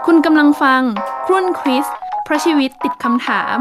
คุณกำลังฟังครุ่นควิสเพราะชีวิตติดคำถาม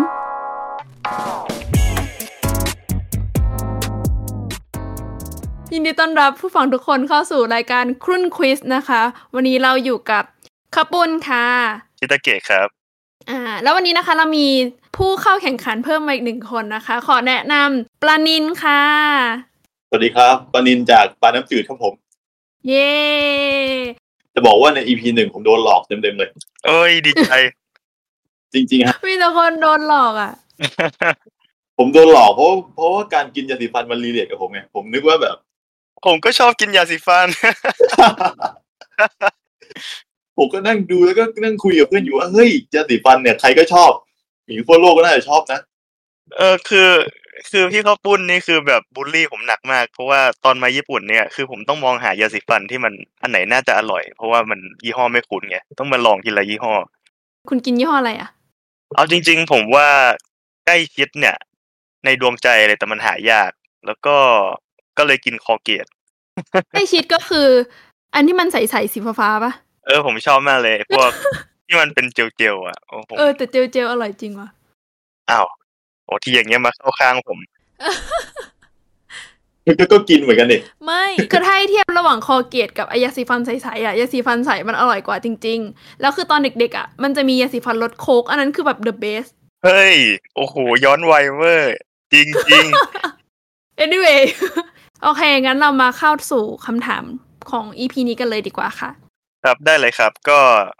ยินดีต้อนรับผู้ฟังทุกคนเข้าสู่รายการครุ่นควิสนะคะวันนี้เราอยู่กับขปุณค่ะชิตาเกะครับแล้ววันนี้นะคะเรามีผู้เข้าแข่งขันเพิ่มมาอีก1คนนะคะขอแนะนำปลานินค่ะสวัสดีครับปลานินจากปลาน้ำจืดครับผมเย้จะบอกว่าใน EP 1ผมโดนหลอกเต็มๆเลยเอ้ยดีใจจริงๆฮะมีแต่คนโดนหลอกอ่ะผมโดนหลอกเพราะว่าการกินยาสีฟันมันรีเลทกับผมไงผมนึกว่าแบบผมก็ชอบกินยาสีฟันผมก็นั่งดูแล้วก็นั่งคุยกับเพื่อนอยู่ว่าเฮ้ยยาสีฟันเนี่ยใครก็ชอบหญิงทั่วโลกก็น่าจะชอบนะคือพี่ข้าวปุ้นนี่คือแบบบูลลี่ผมหนักมากเพราะว่าตอนมาญี่ปุ่นเนี่ยคือผมต้องมองหายาสีฟันที่มันอันไหนน่าจะอร่อยเพราะว่ามันยี่ห้อไม่คุ้นไงต้องมาลองทีละยี่ห้อคุณกินยี่ห้ออะไรอ่ะเอาจริงๆผมว่าใกล้ชิดเนี่ยในดวงใจเลยแต่มันหายากแล้วก็เลยกินคอเกตใกล้ชิดก็คืออันที่มันใสๆสีฟ้าๆป่ะผมชอบมากเลยพวกที่มันเป็นเจลๆอ่ะแต่เจลอร่อยจริงว่ะอ้าวโอ้ที่อย่างเงี้ยมาเข้าข้างผมก็กินเหมือนกันดิไม่คือถ้าให้เทียบระหว่างคอเกตกับยาสีฟันใสๆอ่ะยาสีฟันใสมันอร่อยกว่าจริงๆแล้วคือตอนเด็กๆอ่ะมันจะมียาสีฟันรสโค้กอันนั้นคือแบบ the best เฮ้ยโอ้โหย้อนวัยเวอร์จริงๆ anyway โอเคงั้นเรามาเข้าสู่คำถามของ EP นี้กันเลยดีกว่าค่ะครับได้เลยครับก็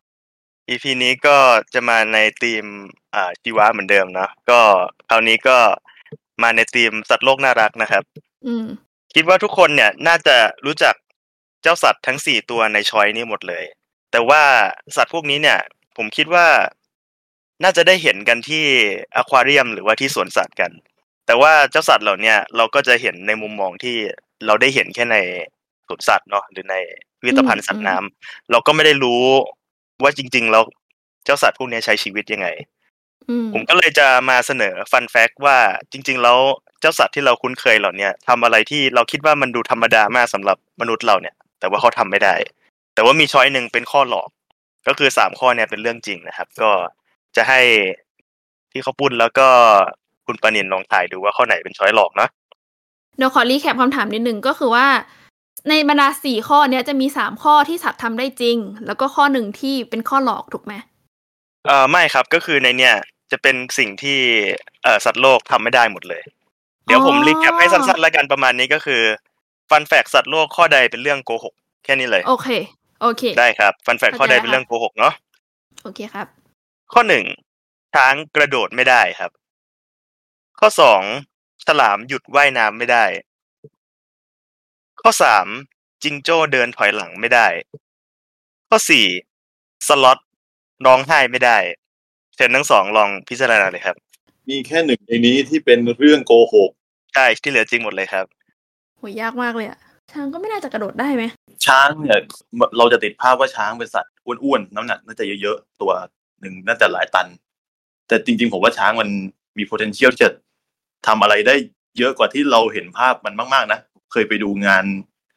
EP นี้ก็จะมาในธีมชีวะเหมือนเดิมเนาะก็คราวนี้ก็มาในธีมสัตว์โลกน่ารักนะครับคิดว่าทุกคนเนี่ยน่าจะรู้จักเจ้าสัตว์ทั้ง4ตัวในช้อยนี้หมดเลยแต่ว่าสัตว์พวกนี้เนี่ยผมคิดว่าน่าจะได้เห็นกันที่อควาเรียมหรือว่าที่สวนสัตว์กันแต่ว่าเจ้าสัตว์เหล่านี้เราก็จะเห็นในมุมมองที่เราได้เห็นแค่ในสวนสัตว์เนาะหรือในพิพิธภัณฑ์สัตว์น้ำเราก็ไม่ได้รู้ว่าจริงๆแล้วเจ้าสัตว์พวกนี้ใช้ชีวิตยังไงผมก็เลยจะมาเสนอฟันแฟกต์ว่าจริงๆแล้วเจ้าสัตว์ที่เราคุ้นเคยเหล่านี้ทำอะไรที่เราคิดว่ามันดูธรรมดามากสำหรับมนุษย์เราเนี่ยแต่ว่าเขาทำไม่ได้แต่ว่ามีช้อยนึงเป็นข้อหลอกก็คือ3ข้อเนี่ยเป็นเรื่องจริงนะครับก็จะให้ที่เขาพูดแล้วก็คุณปานินลองถ่ายดูว่าข้อไหนเป็นช้อยหลอกนะเดี๋ยวขอรีแคปคำถามนิดนึงก็คือว่าในบรรดา4ข้อเนี้ยจะมี3ข้อที่สัตว์ทำได้จริงแล้วก็ข้อ1ที่เป็นข้อหลอกถูกไหมไม่ครับก็คือในเนี้ยจะเป็นสิ่งที่สัตว์โลกทำไม่ได้หมดเลยเดี๋ยวผมรีแคปให้สั้นๆแล้วกันประมาณนี้ก็คือฟันแฟกต์สัตว์โลกข้อใดเป็นเรื่องโกหกแค่นี้เลยโอเคได้ครับฟันแฟกต์ข้อใดเป็นเรื่องโกหกเนาะโอเคครับข้อ1ช้างกระโดดไม่ได้ครับข้อ2ฉลามหยุดว่ายน้ำไม่ได้ข้อ3จิงโจ้เดินถอยหลังไม่ได้ข้อ4สล็อตร้องไห้ไม่ได้เชิญทั้ง2ลองพิจารณาเลยครับมีแค่1ในนี้ที่เป็นเรื่องโกหกใช่ที่เหลือจริงหมดเลยครับโหยากมากเลยอ่ะช้างก็ไม่น่าจะกระโดดได้ไหมช้างเนี่ยเราจะติดภาพว่าช้างเป็นสัตว์อ้วนๆน้ำหนักน่าจะเยอะๆตัวหนึ่งน่าจะหลายตันแต่จริงๆผมว่าช้างมันมี potential ที่จะทำอะไรได้เยอะกว่าที่เราเห็นภาพมันมากๆนะเคยไปดูงาน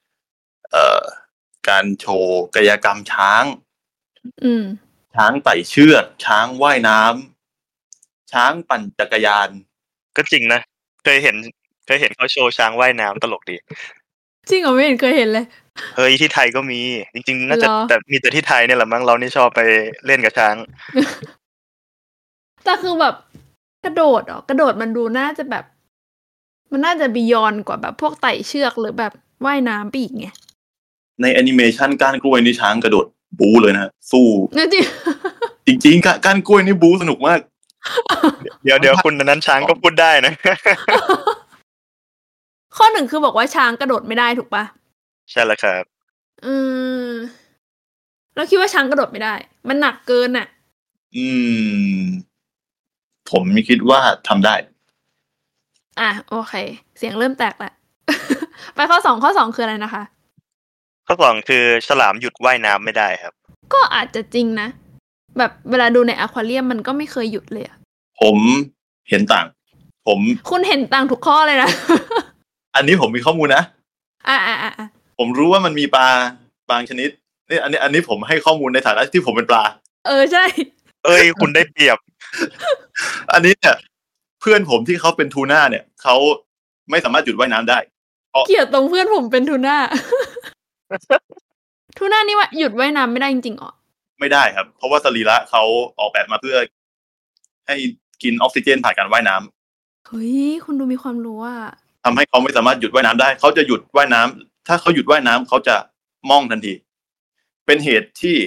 การโชว์กายกรรมช้างช้างไต่เชือกช้างว่ายน้ำช้างปั่นจักรยานก็จริงนะเคยเห็นเขาโชว์ช้างว่ายน้ำตลกดีจริงเหรอไม่เห็นเคยเห็นเลยเฮ้ยที่ไทยก็มีจริงๆน่าจะแต่มีแต่ที่ไทยเนี่ยแหละมั้งเรานี่ชอบไปเล่นกับช้างแต่คือแบบกระโดดมันดูน่าจะแบบมันน่าจะบียอนกว่าแบบพวกไต่เชือกหรือแบบว่ายน้ำไปอีกไงในแอนิเมชันก้านกล้วยนี่ช้างกระโดดบู๊เลยนะสู้จริงก้านกล้วยนี่บู๊สนุกมากเดี๋ยวคุณนั้นช้างก็พูดได้นะข้อ1คือบอกว่าช้างกระโดดไม่ได้ถูกปะใช่แล้วครับแล้วคิดว่าช้างกระโดดไม่ได้มันหนักเกินอ่ะผมไม่คิดว่าทำได้โอเคเสียงเริ่มแตกละ ไปข้อ2คืออะไรนะคะข้อ2คือฉลามหยุดว่ายน้ำไม่ได้ครับก็อาจจะจริงนะแบบเวลาดูในอควาเรียมมันก็ไม่เคยหยุดเลยผมเห็นต่างคุณเห็นต่างทุกข้อเลยนะอันนี้ผมมีข้อมูลนะผมรู้ว่ามันมีปลาบางชนิดนี่อันนี้ผมให้ข้อมูลในฐานะที่ผมเป็นปลาใช่คุณได้เปรียบอันนี้เนี่ยเพื่อนผมที่เขาเป็นทูน่าเนี่ยเขาไม่สามารถหยุดว่ายน้ำได้เกลียดตรงเพื่อนผมเป็นทูน่า ทูน่านี่ว่าหยุดว่ายน้ำไม่ได้จริงๆไม่ได้ครับเพราะว่าสรีระเขาออกแบบมาเพื่อให้กินออกซิเจนผ่านการว่ายน้ำเฮ้ยคุณดูมีความรู้ทำให้เขาไม่สามารถหยุดว่ายน้ำได้เขาจะหยุดว่ายน้ำถ้าเขาหยุดว่ายน้ำเขาจะม่องทันทีเป็นเหตุที่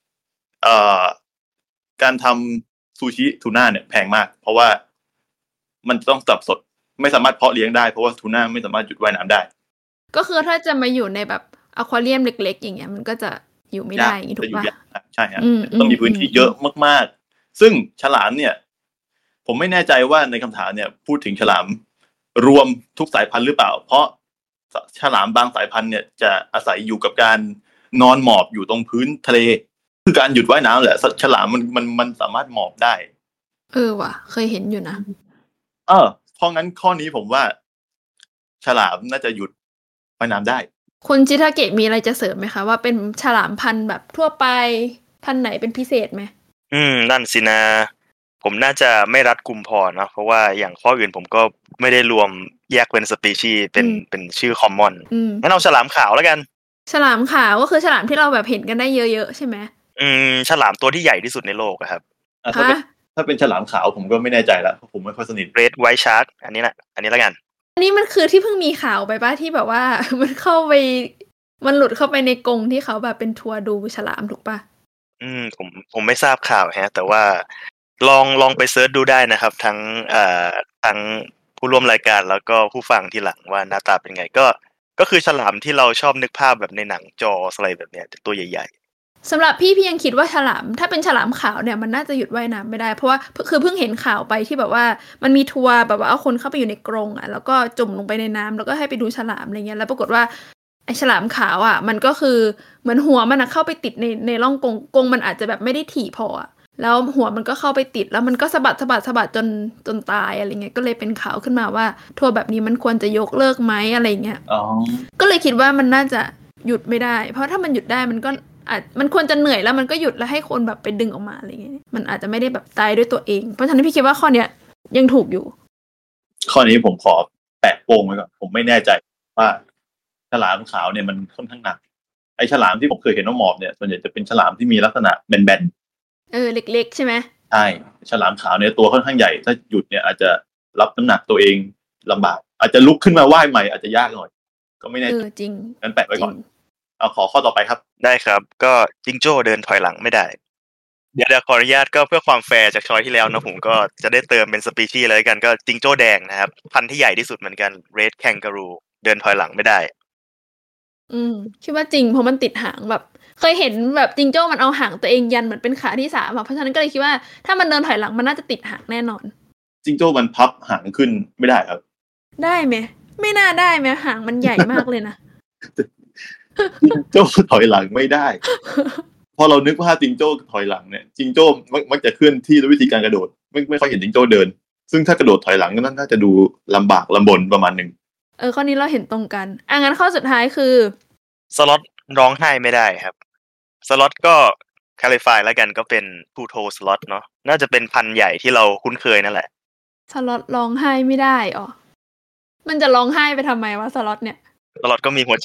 การทำซูชิทูน่าเนี่ยแพงมากเพราะว่ามันต้องจับสดไม่สามารถเพาะเลี้ยงได้เพราะว่าทูน่าไม่สามารถหยุดว่ายน้ำได้ก็คือถ้าจะมาอยู่ในแบบอควาเรียมเล็กๆอย่างเงี้ยมันก็จะอยู่ไม่ได้อย่างงี้ถูกปะใช่ฮะต้องมีพื้นที่เยอะมากๆซึ่งฉลามเนี่ยผมไม่แน่ใจว่าในคำถามเนี่ยพูดถึงฉลามรวมทุกสายพันธุ์หรือเปล่าเพราะฉลามบางสายพันธุ์เนี่ยจะอาศัยอยู่กับการนอนหมอบอยู่ตรงพื้นทะเลคือการหยุดว่ายน้ำแหละฉลามมันสามารถหมอบได้ว่ะเคยเห็นอยู่นะเพราะงั้นข้อนี้ผมว่าฉลามน่าจะหยุดว่ายน้ำได้คุณชิทาเกะมีอะไรจะเสริมไหมคะว่าเป็นฉลามพันธุ์แบบทั่วไปพันธุ์ไหนเป็นพิเศษไหมนั่นสินะผมน่าจะไม่รัดกุมพอนะเพราะว่าอย่างข้ออื่นผมก็ไม่ได้รวมแยกเป็นสปีชีส์เป็นชื่อคอมมอนงั้นเอาฉลามขาวแล้วกันฉลามขาวก็คือฉลามที่เราแบบเห็นกันได้เยอะๆใช่ไหมฉลามตัวที่ใหญ่ที่สุดในโลกครับถ้าเป็นฉลามขาวผมก็ไม่แน่ใจละเพราะผมไม่ค่อยสนิท Red White Shark อันนี้แล้วกันอันนี้มันคือที่เพิ่งมีข่าวไปป่ะที่แบบว่ามันเข้าไปมันหลุดเข้าไปในกรงที่เขาแบบเป็นทัวร์ดูฉลามถูกป่ะผมไม่ทราบข่าวแต่ว่าลองไปเซิร์ชดูได้นะครับทั้งผู้ร่วมรายการแล้วก็ผู้ฟังทีหลังว่าหน้าตาเป็นไงก็คือฉลามที่เราชอบนึกภาพแบบในหนังจออะไรแบบเนี้ยตัวใหญ่ๆสำหรับพี่ยังคิดว่าฉลามถ้าเป็นฉลามขาวเนี่ยมันน่าจะหยุดว่ายน้ำไม่ได้เพราะว่าคือเพิ่งเห็นข่าวไปที่แบบว่ามันมีทัวร์แบบว่าเอาคนเข้าไปอยู่ในกรงแล้วก็จุ่มลงไปในน้ำแล้วก็ให้ไปดูฉลามอะไรเงี้ยแล้วปรากฏว่าไอ้ฉลามขาวมันก็คือเหมือนหัวมันเข้าไปติดในร่องกรงมันอาจจะแบบไม่ได้ถี่พอแล้วหัวมันก็เข้าไปติดแล้วมันก็สะบัดจนตายอะไรเงี้ยก็เลยเป็นข่าวขึ้นมาว่าทัวร์แบบนี้มันควรจะยกเลิกไหมอะไรเงี้ยก็เลยคิดว่ามันน่าจะหยุดไม่ได้เพราะถ้ามันหยุดได้มันควรจะเหนื่อยแล้วมันก็หยุดแล้วให้คนแบบไปดึงออกมาอะไรเงี้ยมันอาจจะไม่ได้แบบตายด้วยตัวเองเพราะฉะนั้นพี่คิดว่าข้อเนี้ยยังถูกอยู่ข้อนี้ผมขอแปะโป้งไว้ก่อนผมไม่แน่ใจว่าฉลามขาวเนี่ยมันค่อนข้างหนักไอ้ฉลามที่ผมเคยเห็นว่าหมอบเนี่ยส่วนใหญ่จะเป็นฉลามที่มีลักษณะแบนเล็กๆใช่ไหมใช่ฉลามขาวเนี่ยตัวค่อนข้างใหญ่ถ้าหยุดเนี่ยอาจจะรับน้ำหนักตัวเองลำบากอาจจะลุกขึ้นมาว่ายใหม่อาจจะยากหน่อยก็ไม่แน่จริงงั้นแปะไว้ก่อนเอาขอข้อต่อไปครับได้ครับก็จิงโจ้เดินถอยหลังไม่ได้เดี๋ยวขออนุญาตก็เพื่อความแฟร์จากช้อยที่แล้วนะผมก็จะได้เติมเป็นสปีชีส์เลยกันก็จิงโจ้แดงนะครับพันธุ์ที่ใหญ่ที่สุดเหมือนกัน Red Kangaroo เดินถอยหลังไม่ได้คิดว่าจริงเพราะมันติดหางแบบเคยเห็นแบบจิงโจ้มันเอาหางตัวเองยันเหมือนเป็นขาที่3เพราะฉะนั้นก็เลยคิดว่าถ้ามันเดินถอยหลังมันน่าจะติดหางแน่นอนจิงโจ้มันพับหางขึ้นไม่ได้ครับได้ไหมไม่น่าได้ไหมหางมันใหญ่มากเลยนะจิงโจ้ถอยหลังไม่ได้พอเรานึกว่าจิงโจ้ถอยหลังเนี่ยจิงโจ้มักจะเคลื่อนที่ด้วยวิธีการกระโดดไม่ค่อยเห็นจิงโจ้เดินซึ่งถ้ากระโดดถอยหลังก็น่าจะดูลำบากลำบนประมาณนึงข้อนี้เราเห็นตรงกันงั้นข้อสุดท้ายคือสล็อตร้องไห้ไม่ได้ครับสล็อตก็คาลิฟายแล้วกันก็เป็นทูโทสล็อตเนาะน่าจะเป็นพันธุ์ใหญ่ที่เราคุ้นเคยนั่นแหละสล็อตร้องไห้ไม่ได้มันจะร้องไห้ไปทำไมวะสล็อตเนี่ยสล็อตก็มีหัวใจ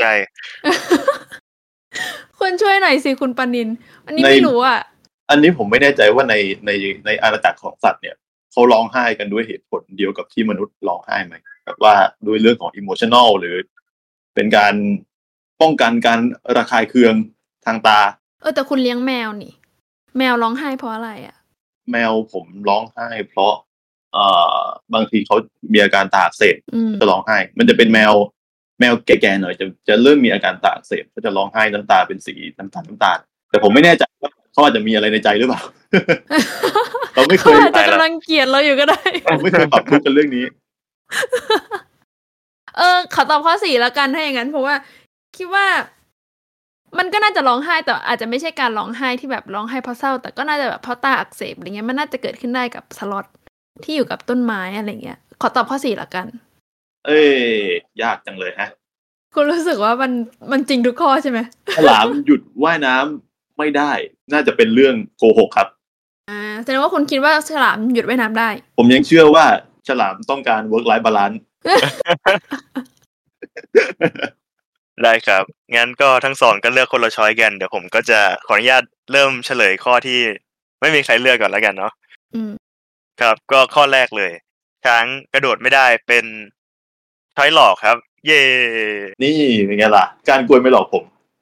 คุณช่วยหน่อยสิคุณปนินอันนี้ไม่รู้อันนี้ผมไม่แน่ใจว่าในอาณาจักรของสัตว์เนี่ยเขาร้องไห้กันด้วยเหตุผลเดียวกับที่มนุษย์ร้องไห้ไหมแบบว่าด้วยเรื่องของอิโมชันนอลหรือเป็นการป้องกันการระคายเคืองทางตาแต่คุณเลี้ยงแมวนี่แมวร้องไห้เพราะอะไรแมวผมร้องไห้เพราะบางทีเขามีอาการตาอักเสบจะร้องไห้มันจะเป็นแมวแก่ๆหน่อยจะเริ่มมีอาการตาอักเสบก็จะร้องไห้น้ำตาเป็นสีน้ำตาลแต่ผมไม่แน่ใจว่าเขาอาจจะมีอะไรในใจหรือเปล่าเราไม่เคยอาจจะกำลังเกลียดเราอยู่ก็ได้เราไม่เคยปรับทุกข์กันเรื่องนี้ขอตอบข้อ4แล้วกันถ้าอย่างนั้นเพราะว่าคิดว่ามันก็น่าจะร้องไห้แต่อาจจะไม่ใช่การร้องไห้ที่แบบร้องไห้เพราะเศร้าแต่ก็น่าจะแบบเพราะตาอักเสบอะไรเงี้ยมันน่าจะเกิดขึ้นได้กับสล็อตที่อยู่กับต้นไม้อะไรเงี้ยขอตอบข้อ4ละกันยากจังเลยฮะคุณรู้สึกว่ามันจริงทุกข้อใช่ไหมฉลามหยุดว่ายน้ำไม่ได้น่าจะเป็นเรื่องโกหกครับแสดงว่าคุณคิดว่าฉลามหยุดว่ายน้ำได้ผมยังเชื่อว่าฉลามต้องการ work life balance ได้ครับงั้นก็ทั้งสองก็เลือกคนละช้อยกันเดี๋ยวผมก็จะขออนุญาตเริ่มเฉลยข้อที่ไม่มีใครเลือกก่อนแล้วกันเนาะครับก็ข้อแรกเลยช้างกระโดดไม่ได้เป็นช้อยหลอกครับเย่นี่เป็นไงล่ะการกล้วยไม่หลอกผม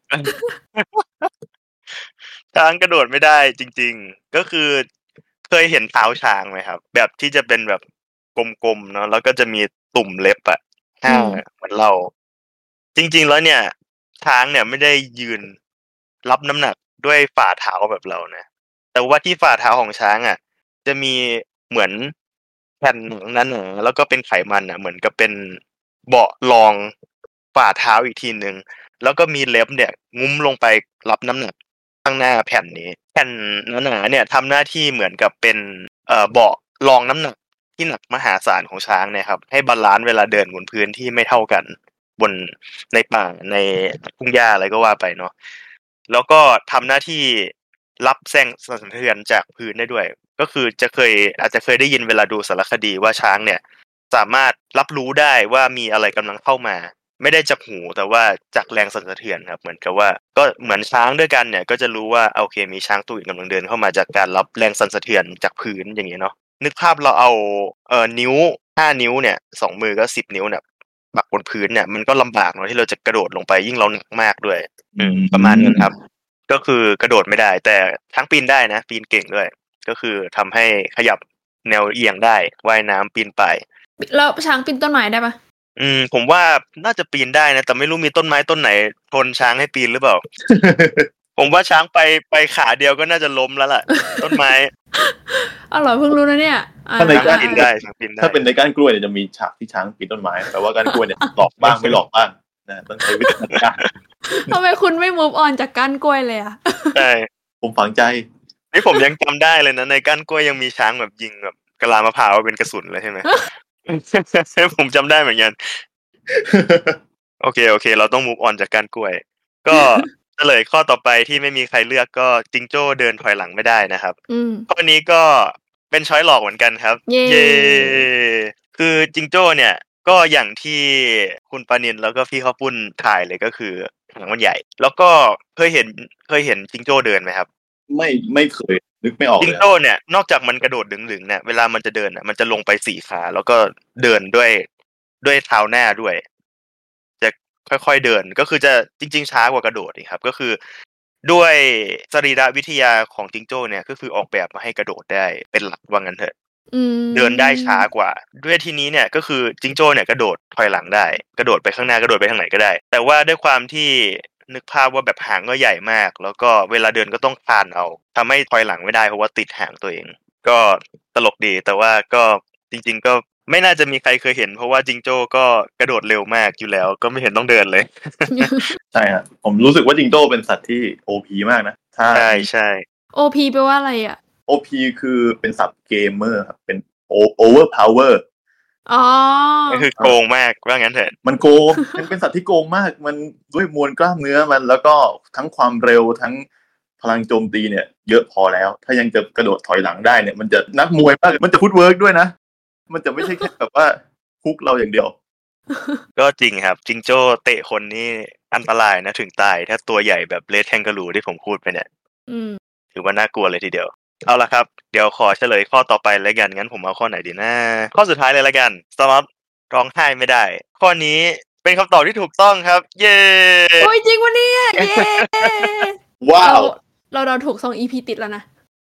ช้างกระโดดไม่ได้จริงๆก็คือเคยเห็นเท้าช้างไหมครับแบบที่จะเป็นแบบกลมๆเนาะแล้วก็จะมีตุ่มเล็บอะเหมือนเราจริงๆแล้วเนี่ยช้างเนี่ยไม่ได้ยืนรับน้ำหนักด้วยฝ่าเท้าแบบเรานะแต่ว่าที่ฝ่าเท้าของช้างอ่ะจะมีเหมือนแผ่นหนังนั้นแล้วก็เป็นไขมันอ่ะเหมือนกับเป็นเบาะรองฝ่าเท้าอีกทีนึงแล้วก็มีเล็บเนี่ยงุ้มลงไปรับน้ำหนักข้างหน้าแผ่นนี้แผ่นหนาๆเนี่ยทำหน้าที่เหมือนกับเป็นเบาะรองน้ำหนักที่หนักมหาศาลของช้างเนี่ยครับให้บาลานซ์เวลาเดินบนพื้นที่ไม่เท่ากันบนในป่าในทุ่งหญ้าอะไรก็ว่าไปเนาะแล้วก็ทำหน้าที่รับแรงสั่นสะเทือนจากพื้นได้ด้วยก็คืออาจจะเคยได้ยินเวลาดูสารคดีว่าช้างเนี่ยสามารถรับรู้ได้ว่ามีอะไรกำลังเข้ามาไม่ได้จากหูแต่ว่าจากแรงสั่นสะเทือนครับเหมือนกับว่าก็เหมือนช้างด้วยกันเนี่ยก็จะรู้ว่าโอเคมีช้างตัวอื่นกำลังเดินเข้ามาจากการรับแรงสั่นสะเทือนจากพื้นอย่างนี้เนาะนึกภาพเราเอานิ้ว5นิ้วเนี่ย2มือก็10นิ้วเนี่ยปักบนพื้นเนี่ยมันก็ลำบากเนาะที่เราจะกระโดดลงไปยิ่งเราหนักมากด้วยประมาณนั้นครับก็คือกระโดดไม่ได้แต่ช้างปีนได้นะปีนเก่งด้วยก็คือทำให้ขยับแนวเอียงได้ว่ายน้ำปีนไปแล้วช้างปีนต้นไม้ได้ปะผมว่าน่าจะปีนได้นะแต่ไม่รู้มีต้นไม้ต้นไหนทนช้างให้ปีนหรือเปล่า ผมว่าช้างไปขาเดียวก็น่าจะล้มแล้วล่ะ ต้นไม้อ๋อเหรอเพิ่งรู้นะเนี่ยถ้าในก้านปีนได้ถ้าเป็นในก้านกล้วยเนี่ยจะมีฉากที่ช้างปีนต้นไม้แต่ว่าก้านกล้วยเนี่ยหลอกบ้างไม่หลอกบ้างนะต้องใช้วิธีการทำไมคุณไม่ move on จากก้านกล้วยเลยอ่ะใช่ผมฝังใจนี่ผมยังจำได้เลยนะในก้านกล้วยยังมีช้างแบบยิงแบบกะลามะพร้าวเป็นกระสุนเลยใช่ไหม ผมจำได้เหมือนกันโอเคเราต้อง move on จากก้านกล้วยก็เฉลยข้อต่อไปที่ไม่มีใครเลือกก็จิงโจ้เดินถอยหลังไม่ได้นะครับข้อนี้ก็เป็นช้อยหลอกเหมือนกันครับเย้คือจิงโจ้เนี่ยก็อย่างที่คุณปานินแล้วก็พี่ข้าวปุ้นถ่ายเลยก็คือหางมันใหญ่แล้วก็เคยเห็นจิงโจ้เดินไหมครับไม่เคยนึกไม่ออกเลยจิงโจ้เนี่ยนอกจากมันกระโดดดึงๆเนี่ยเวลามันจะเดินมันจะลงไป4ขาแล้วก็เดินด้วยเท้าหน้าด้วยจะค่อยๆเดินก็คือจะจริงๆช้ากว่ากระโดดนี่ครับก็คือด้วยสรีรวิทยาของจิงโจ้เนี่ยก็คือออกแบบมาให้กระโดดได้เป็นหลักว่างั้นเถอะเดินได้ช้ากว่าด้วยที่นี้เนี่ยก็คือจิงโจ้เนี่ยกระโดดถอยหลังได้กระโดดไปข้างหน้ากระโดดไปทางไหนก็ได้แต่ว่าด้วยความที่นึกภาพว่าแบบหางก็ใหญ่มากแล้วก็เวลาเดินก็ต้องคลานเอาทำให้ถอยหลังไม่ได้เพราะว่าติดหางตัวเองก็ตลกดีแต่ว่าก็จริงๆก็ไม่น่าจะมีใครเคยเห็นเพราะว่าจิงโจ้ก็กระโดดเร็วมากอยู่แล้วก็ไม่เห็นต้องเดินเลยใช่ครับผมรู้สึกว่าจิงโจ้เป็นสัตว์ที่ OP มากนะใช่ OP แปลว่าอะไรอ่ะ OP คือเป็นศัพท์เกมเมอร์ครับเป็น overpower ก็คือโกงมากว่างั้นเถอะมันโกงเป็นสัตว์ที่โกงมากมันด้วยมวลกล้ามเนื้อมันแล้วก็ทั้งความเร็วทั้งพลังโจมตีเนี่ยเยอะพอแล้วถ้ายังจะกระโดดถอยหลังได้เนี่ยมันจะนักมวยมากมันจะฟุตเวิร์กด้วยนะมันจะไม่ใช่แค่แบบว่าคุกเราอย่างเดียวก็จริงครับจิงโจ้เตะคนนี่อันตรายนะถึงตายถ้าตัวใหญ่แบบเลดแคนการูที่ผมพูดไปเนี่ยถือว่าน่ากลัวเลยทีเดียวเอาละครับเดี๋ยวขอเฉลยข้อต่อไปแล้วกันงั้นผมเอาข้อไหนดีนะข้อสุดท้ายเลยละกันสล็อตร้องไห้ไม่ได้ข้อนี้เป็นคำตอบที่ถูกต้องครับเย้โอ้ยจริงวะเนี่ยเย้ว้าวเราถูก2 EP ติดแล้วนะ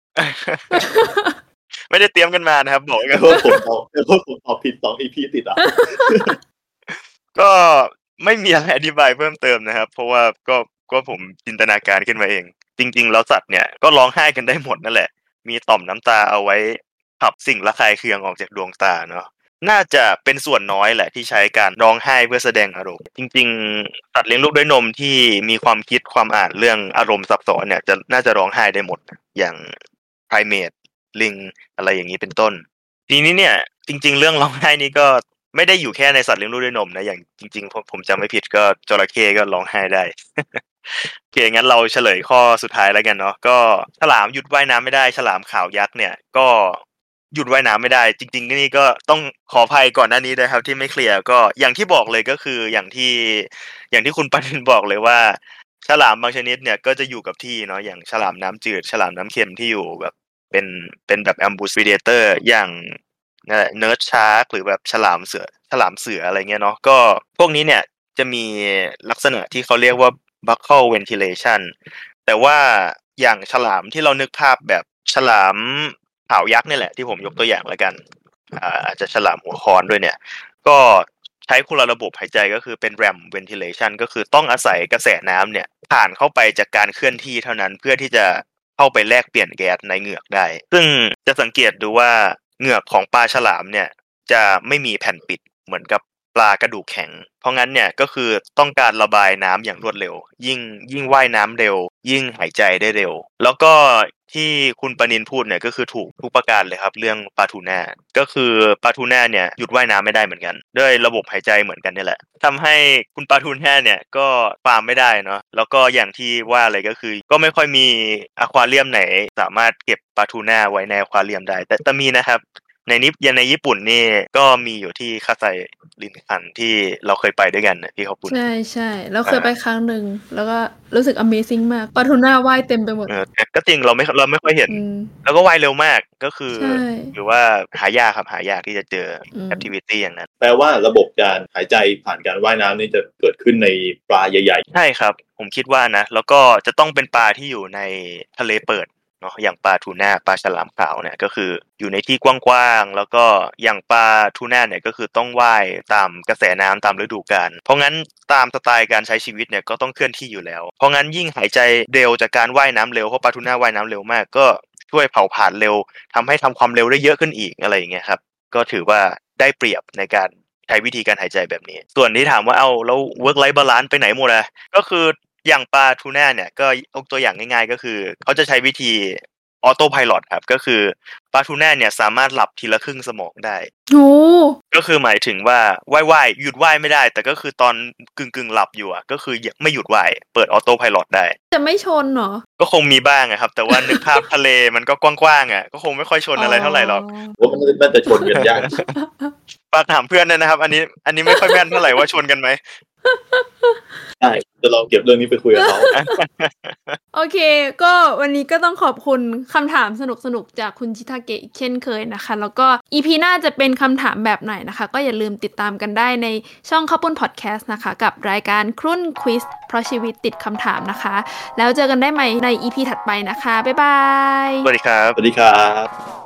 ไม่ได้เตรียมกันมานะครับบอกกันว่าผมตอบผิด2 EP ติดอ่ะก็ไม่มีอะไรอธิบายเพิ่มเติมนะครับเพราะว่าก็ผมจินตนาการขึ้นมาเองจริงๆแล้วสัตว์เนี่ยก็ร้องไห้กันได้หมดนั่นแหละมีต่อมน้ำตาเอาไว้ขับสิ่งระคายเคืองออกจากดวงตาเนาะน่าจะเป็นส่วนน้อยแหละที่ใช้การร้องไห้เพื่อแสดงอารมณ์จริงๆสัตว์เลี้ยงลูกด้วยนมที่มีความคิดความอ่านเรื่องอารมณ์ซับซ้อนเนี่ยน่าจะร้องไห้ได้หมดอย่างไพรเมทลิงอะไรอย่างนี้เป็นต้นทีนี้เนี่ยจริงๆเรื่องร้องไห้นี้ก็ไม่ได้อยู่แค่ในสัตว์เลี้ยงลูกด้วยนมนะอย่างจริงๆผมจำไม่ผิดก็จระเข้ก็ร้องไห้ได้โอเคงั้นเราเฉลยข้อสุดท้ายแล้วกันเนาะก็ฉลามหยุดว่ายน้ำไม่ได้ฉลามขาวยักษ์เนี่ยก็หยุดว่ายน้ำไม่ได้จริงๆนี่ก็ต้องขออภัยก่อนหน้านี้ด้วยครับที่ไม่เคลียร์ก็อย่างที่บอกเลยก็คืออย่างที่คุณปณินบอกเลยว่าฉลามบางชนิดเนี่ยก็จะอยู่กับที่เนาะอย่างฉลามน้ำจืดฉลามน้ำเค็มที่อยู่แบบเป็นแบบ ambush predator อย่างเนิร์ดชาร์กหรือแบบฉลามเสืออะไรเงี้ยเนาะก็พวกนี้เนี่ยจะมีลักษณะที่เขาเรียกว่า buccal ventilation แต่ว่าอย่างฉลามที่เรานึกภาพแบบฉลามขาวยักษ์นี่แหละที่ผมยกตัวอย่างแล้วกันอาจจะฉลามหัวค้อนด้วยเนี่ยก็ใช้คนละระบบหายใจก็คือเป็น ram ventilation ก็คือต้องอาศัยกระแสน้ำเนี่ยผ่านเข้าไปจากการเคลื่อนที่เท่านั้นเพื่อที่จะเข้าไปแลกเปลี่ยนแก๊สในเหงือกได้ซึ่งจะสังเกตดูว่าเหงือกของปลาฉลามเนี่ยจะไม่มีแผ่นปิดเหมือนกับปลากระดูกแข็งเพราะงั้นเนี่ยก็คือต้องการระบายน้ำอย่างรวดเร็วยิ่งว่ายน้ำเร็วยิ่งหายใจได้เร็วแล้วก็ที่คุณปณินพูดเนี่ยก็คือถูกทุกประการเลยครับเรื่องปลาทูน่าก็คือปลาทูน่าเนี่ยหยุดว่ายน้ำไม่ได้เหมือนกันด้วยระบบหายใจเหมือนกันนี่แหละทำให้คุณปลาทูน่าเนี่ยก็ฟาร์มไม่ได้เนาะแล้วก็อย่างที่ว่าเลยก็คือก็ไม่ค่อยมีอควาเรียมไหนสามารถเก็บปลาทูน่าไว้ในอควาเรียมได้แต่มีนะครับในญี่ปุ่นนี่ก็มีอยู่ที่คาไซรินคันที่เราเคยไปด้วยกันนะพี่เขาปุ่นใช่เราเคยไปครั้งหนึ่งแล้วก็รู้สึก Amazing มากปลาทูน่าว่ายเต็มไปหมดก็จริงเราไม่ค่อยเห็นแล้วก็ว่ายเร็วมากก็คือหรือว่าหายากครับหายากที่จะเจอแอคทิวิตี้อย่างนั้นแปลว่าระบบการหายใจผ่านการว่ายน้ำนี่จะเกิดขึ้นในปลาใหญ่ๆใช่ครับผมคิดว่านะแล้วก็จะต้องเป็นปลาที่อยู่ในทะเลเปิดเนาะอย่างปลาทูน่าปลาฉลามขาวเนี่ยก็คืออยู่ในที่กว้างๆแล้วก็อย่างปลาทูน่าเนี่ยก็คือต้องว่ายตามกระแสน้ำตามฤดูกาลเพราะงั้นตามสไตล์การใช้ชีวิตเนี่ยก็ต้องเคลื่อนที่อยู่แล้วเพราะงั้นยิ่งหายใจเร็วจากการว่ายน้ำเร็วเพราะปลาทูน่าว่ายน้ำเร็วมากก็ช่วยเผาผลาญเร็วทำให้ทำความเร็วได้เยอะขึ้นอีกอะไรอย่างเงี้ยครับก็ถือว่าได้เปรียบในการใช้วิธีการหายใจแบบนี้ส่วนที่ถามว่าเอาแล้ว work life balance ไปไหนหมดอ่ะก็คืออย่างปลาทูน่าเนี่ยก็ยกตัวอย่างง่ายๆก็คือเขาจะใช้วิธีออโต้ไพลอตครับก็คือปลาทูน่าเนี่ยสามารถหลับทีละครึ่งสมองได้โอ้ก็คือหมายถึงว่าว่ายหยุดว่ายไม่ได้แต่ก็คือตอนกึ่งหลับอยู่อ่ะก็คือไม่หยุดว่ายเปิดออโต้ไพลอตได้จะไม่ชนเหรอก็คงมีบ้างอะครับแต่ว่านึกภาพทะเลมันก็กว้างๆอ่ะก็คงไม่ค่อยชนอะไรเท่าไหร่หรอกว่ามันน่าจะชนกันยากฝากถามเพื่อนนะครับอันนี้ไม่ค่อยแม่นเท่าไหร่ว่าชนกันไหมใช่จะลองเก็บเรื่องนี้ไปคุยกับเขาโอเคก็วันนี้ก็ต้องขอบคุณคำถามสนุกๆจากคุณชิทาเกะอีกเช่นเคยนะคะแล้วก็ EP หน้าจะเป็นคำถามแบบไหนนะคะก็อย่าลืมติดตามกันได้ในช่องข้าวปุ้นพอดแคสต์นะคะกับรายการครุ่นควิสเพราะชีวิตติดคำถามนะคะแล้วเจอกันได้ใหม่ใน EP ถัดไปนะคะบ๊ายบายสวัสดีครับสวัสดีครับ